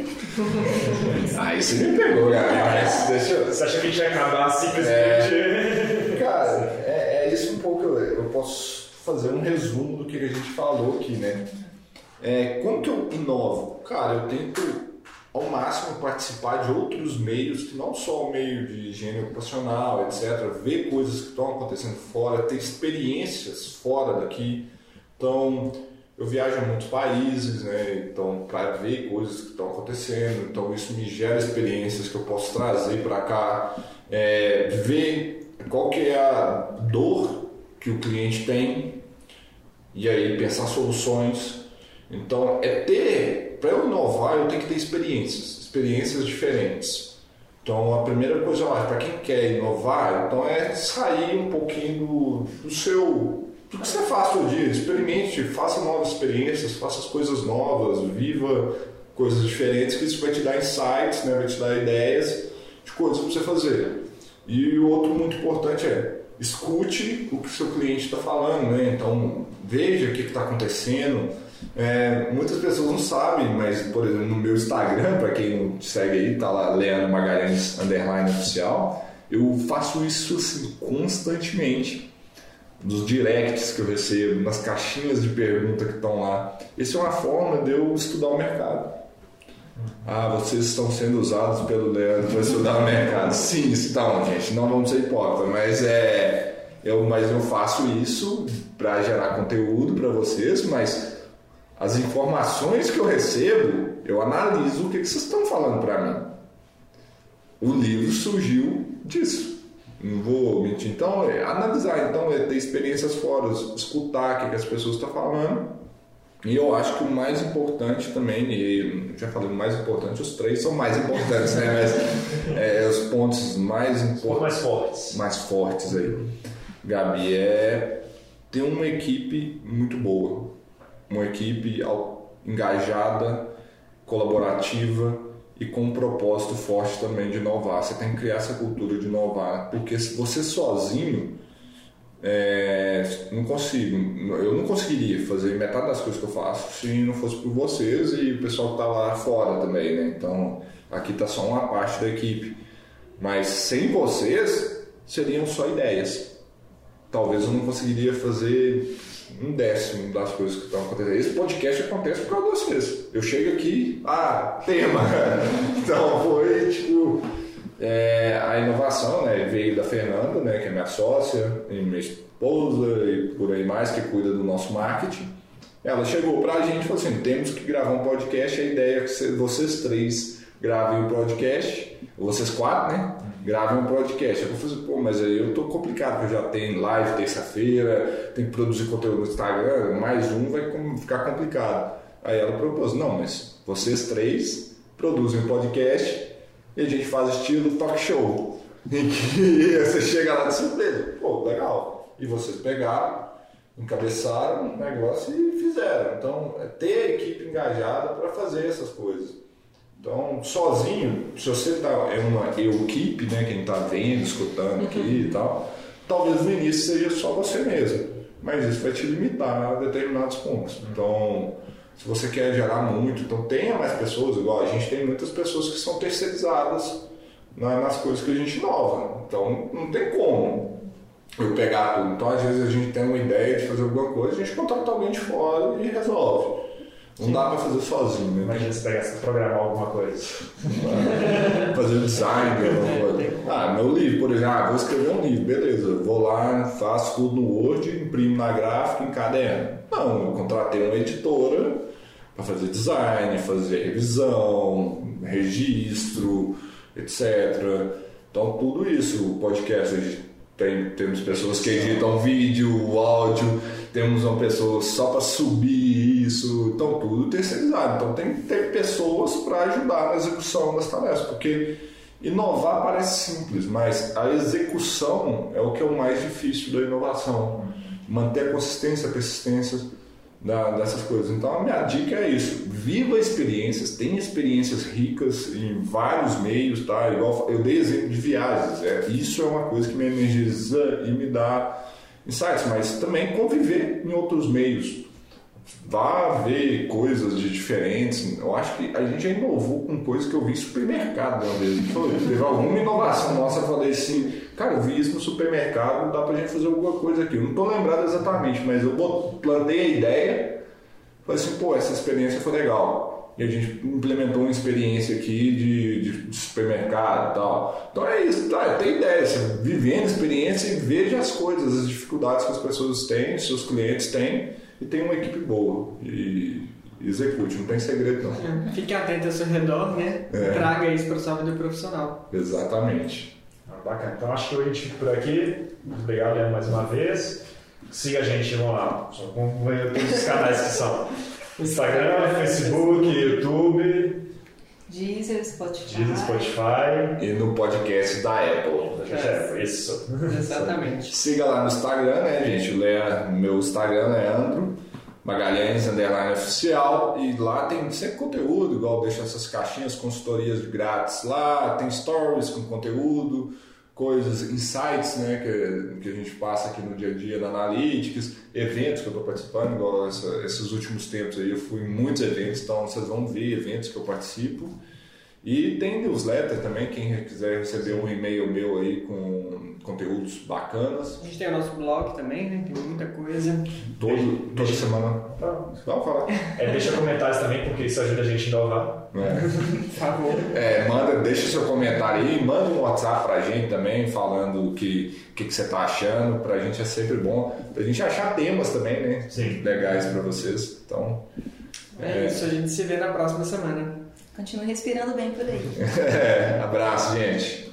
Aí você me pegou, galera. Deixa eu... Você acha que a gente vai acabar simplesmente? É... Cara, é, é isso um pouco. Eu, eu posso fazer um resumo do que a gente falou aqui, né? É, como que eu inovo? Cara, eu tento ao máximo participar de outros meios que não só o meio de higiene ocupacional, etcétera. Ver coisas que estão acontecendo fora, ter experiências fora daqui. Então, eu viajo em muitos países, né? Então, para ver coisas que estão acontecendo. Então, isso me gera experiências que eu posso trazer para cá. É, ver qual que é a dor que o cliente tem e aí pensar soluções. Então, é ter, para eu inovar, eu tenho que ter experiências, experiências diferentes. Então, a primeira coisa, para quem quer inovar, então é sair um pouquinho do, do seu, do que você faz todo dia, experimente, faça novas experiências, faça as coisas novas, viva coisas diferentes, que isso vai te dar insights, né, vai te dar ideias de coisas para você fazer. E o outro muito importante é escute o que o seu cliente está falando, né? Então veja o que está acontecendo. É, muitas pessoas não sabem, mas por exemplo no meu Instagram, para quem não segue aí, tá lá Leandro Magalhães underline oficial, eu faço isso assim, constantemente nos directs que eu recebo, nas caixinhas de pergunta que estão lá. Essa é uma forma de eu estudar o mercado. Ah, vocês estão sendo usados pelo Leandro para estudar o mercado. Sim, estão, gente. Não vamos ser hipócritas, mas é, eu, mas eu faço isso para gerar conteúdo para vocês, mas as informações que eu recebo, eu analiso o que, que vocês estão falando para mim. O livro surgiu disso. Não vou mentir. Então, é analisar, então, é ter experiências fora, escutar o que, que as pessoas estão falando. E eu acho que o mais importante também, e já falei, o mais importante, os três são mais importantes, né? Mas é, os pontos mais importantes, mais fortes. mais fortes aí, Gabi, é ter uma equipe muito boa, uma equipe engajada, colaborativa e com um propósito forte também de inovar. Você tem que criar essa cultura de inovar, porque se você sozinho É, não consigo, eu não conseguiria fazer metade das coisas que eu faço se não fosse por vocês e o pessoal que tá lá fora também, né? Então aqui tá só uma parte da equipe, mas sem vocês seriam só ideias. Talvez eu não conseguiria fazer um décimo das coisas que estão acontecendo. Esse podcast acontece por causa de vocês. Eu chego aqui, ah, tema. Então foi tipo É, a inovação, né, veio da Fernanda, né, que é minha sócia e minha esposa e por aí mais, que cuida do nosso marketing. Ela chegou pra gente e falou assim, temos que gravar um podcast, a ideia é que vocês três gravem um podcast, vocês quatro, né, gravem um podcast. Eu falei assim, pô, mas aí eu tô complicado, porque eu já tenho live terça-feira, tenho que produzir conteúdo no Instagram, mais um vai ficar complicado. Aí ela propôs, não, mas vocês três produzem um podcast e a gente faz estilo talk show, em que você chega lá de surpresa, pô, legal. E vocês pegaram, encabeçaram o negócio e fizeram. Então, é ter a equipe engajada para fazer essas coisas. Então, sozinho, se você tá, é uma eu-equipe, né, quem está vendo, escutando aqui e tal, talvez no início seja só você mesmo, mas isso vai te limitar a determinados pontos. Então, se você quer gerar muito, então tenha mais pessoas, igual a gente tem muitas pessoas que são terceirizadas nas coisas que a gente inova. Então não tem como eu pegar tudo. Então às vezes a gente tem uma ideia de fazer alguma coisa, a gente contrata alguém de fora e resolve. Não Sim. dá pra fazer sozinho, né? Imagina se pegasse pra programar alguma coisa. Fazer design, alguma coisa. Ah, meu livro, por exemplo, ah, vou escrever um livro, beleza. Vou lá, faço tudo no Word, imprimo na gráfica, encadeno. Não, eu contratei uma editora para fazer design, fazer revisão, registro, etcétera. Então tudo isso, o podcast, a gente tem, temos pessoas que editam vídeo, áudio, temos uma pessoa só para subir isso, então tudo terceirizado. Então tem que ter pessoas para ajudar na execução das tarefas, porque inovar parece simples, mas a execução é o que é o mais difícil da inovação. Manter a consistência, a persistência da, dessas coisas. Então a minha dica é isso, viva experiências, tenha experiências ricas em vários meios, tá? Igual eu dei exemplo de viagens, é, isso é uma coisa que me energiza e me dá insights, mas também conviver em outros meios, vá ver coisas de diferentes. Eu acho que a gente já inovou com coisas que eu vi em supermercado uma vez. Teve alguma inovação nossa, eu falei assim, cara, eu vi isso no supermercado, dá pra gente fazer alguma coisa aqui. Eu não tô lembrado exatamente, mas eu plantei a ideia, falei assim, pô, essa experiência foi legal. E a gente implementou uma experiência aqui de, de supermercado e tal. Então é isso, tá? Tem ideia, você vivendo a experiência e veja as coisas, as dificuldades que as pessoas têm, seus clientes têm, e tem uma equipe boa. E execute, não tem segredo não. Fique atento ao seu redor, né? É. Traga isso para a sua vida profissional. Exatamente. Ah, bacana. Então acho que a gente fica por aqui. Obrigado, Leandro, mais uma vez. Siga a gente, vamos lá. Vamos ver todos os canais que são. Instagram, Facebook, YouTube, Deezer, Spotify. Deezer, Spotify. E no podcast da Apple. É, isso. Exatamente. Siga lá no Instagram, né, gente? Lea, meu Instagram é Leandro Magalhães, underline oficial. E lá tem sempre conteúdo, igual deixa essas caixinhas, consultorias grátis lá. Tem stories com conteúdo, coisas, insights, né, que, que a gente passa aqui no dia a dia da Analytics, eventos que eu estou participando, igual essa, esses últimos tempos aí eu fui em muitos eventos, então vocês vão ver eventos que eu participo. E tem newsletter também, quem quiser receber um e-mail meu aí com conteúdos bacanas. A gente tem o nosso blog também, né? Tem muita coisa. Todo, toda deixa, semana. Tá, vamos falar. É, deixa comentários também, porque isso ajuda a gente a inovar. É. Por favor. É, manda, deixa seu comentário aí, manda um WhatsApp pra gente também, falando o que, que, que você tá achando. Pra gente é sempre bom. Pra gente achar temas também, né? Sim. Legais pra vocês. Então. É, é isso, a gente se vê na próxima semana. Continue respirando bem por aí. É, abraço, gente.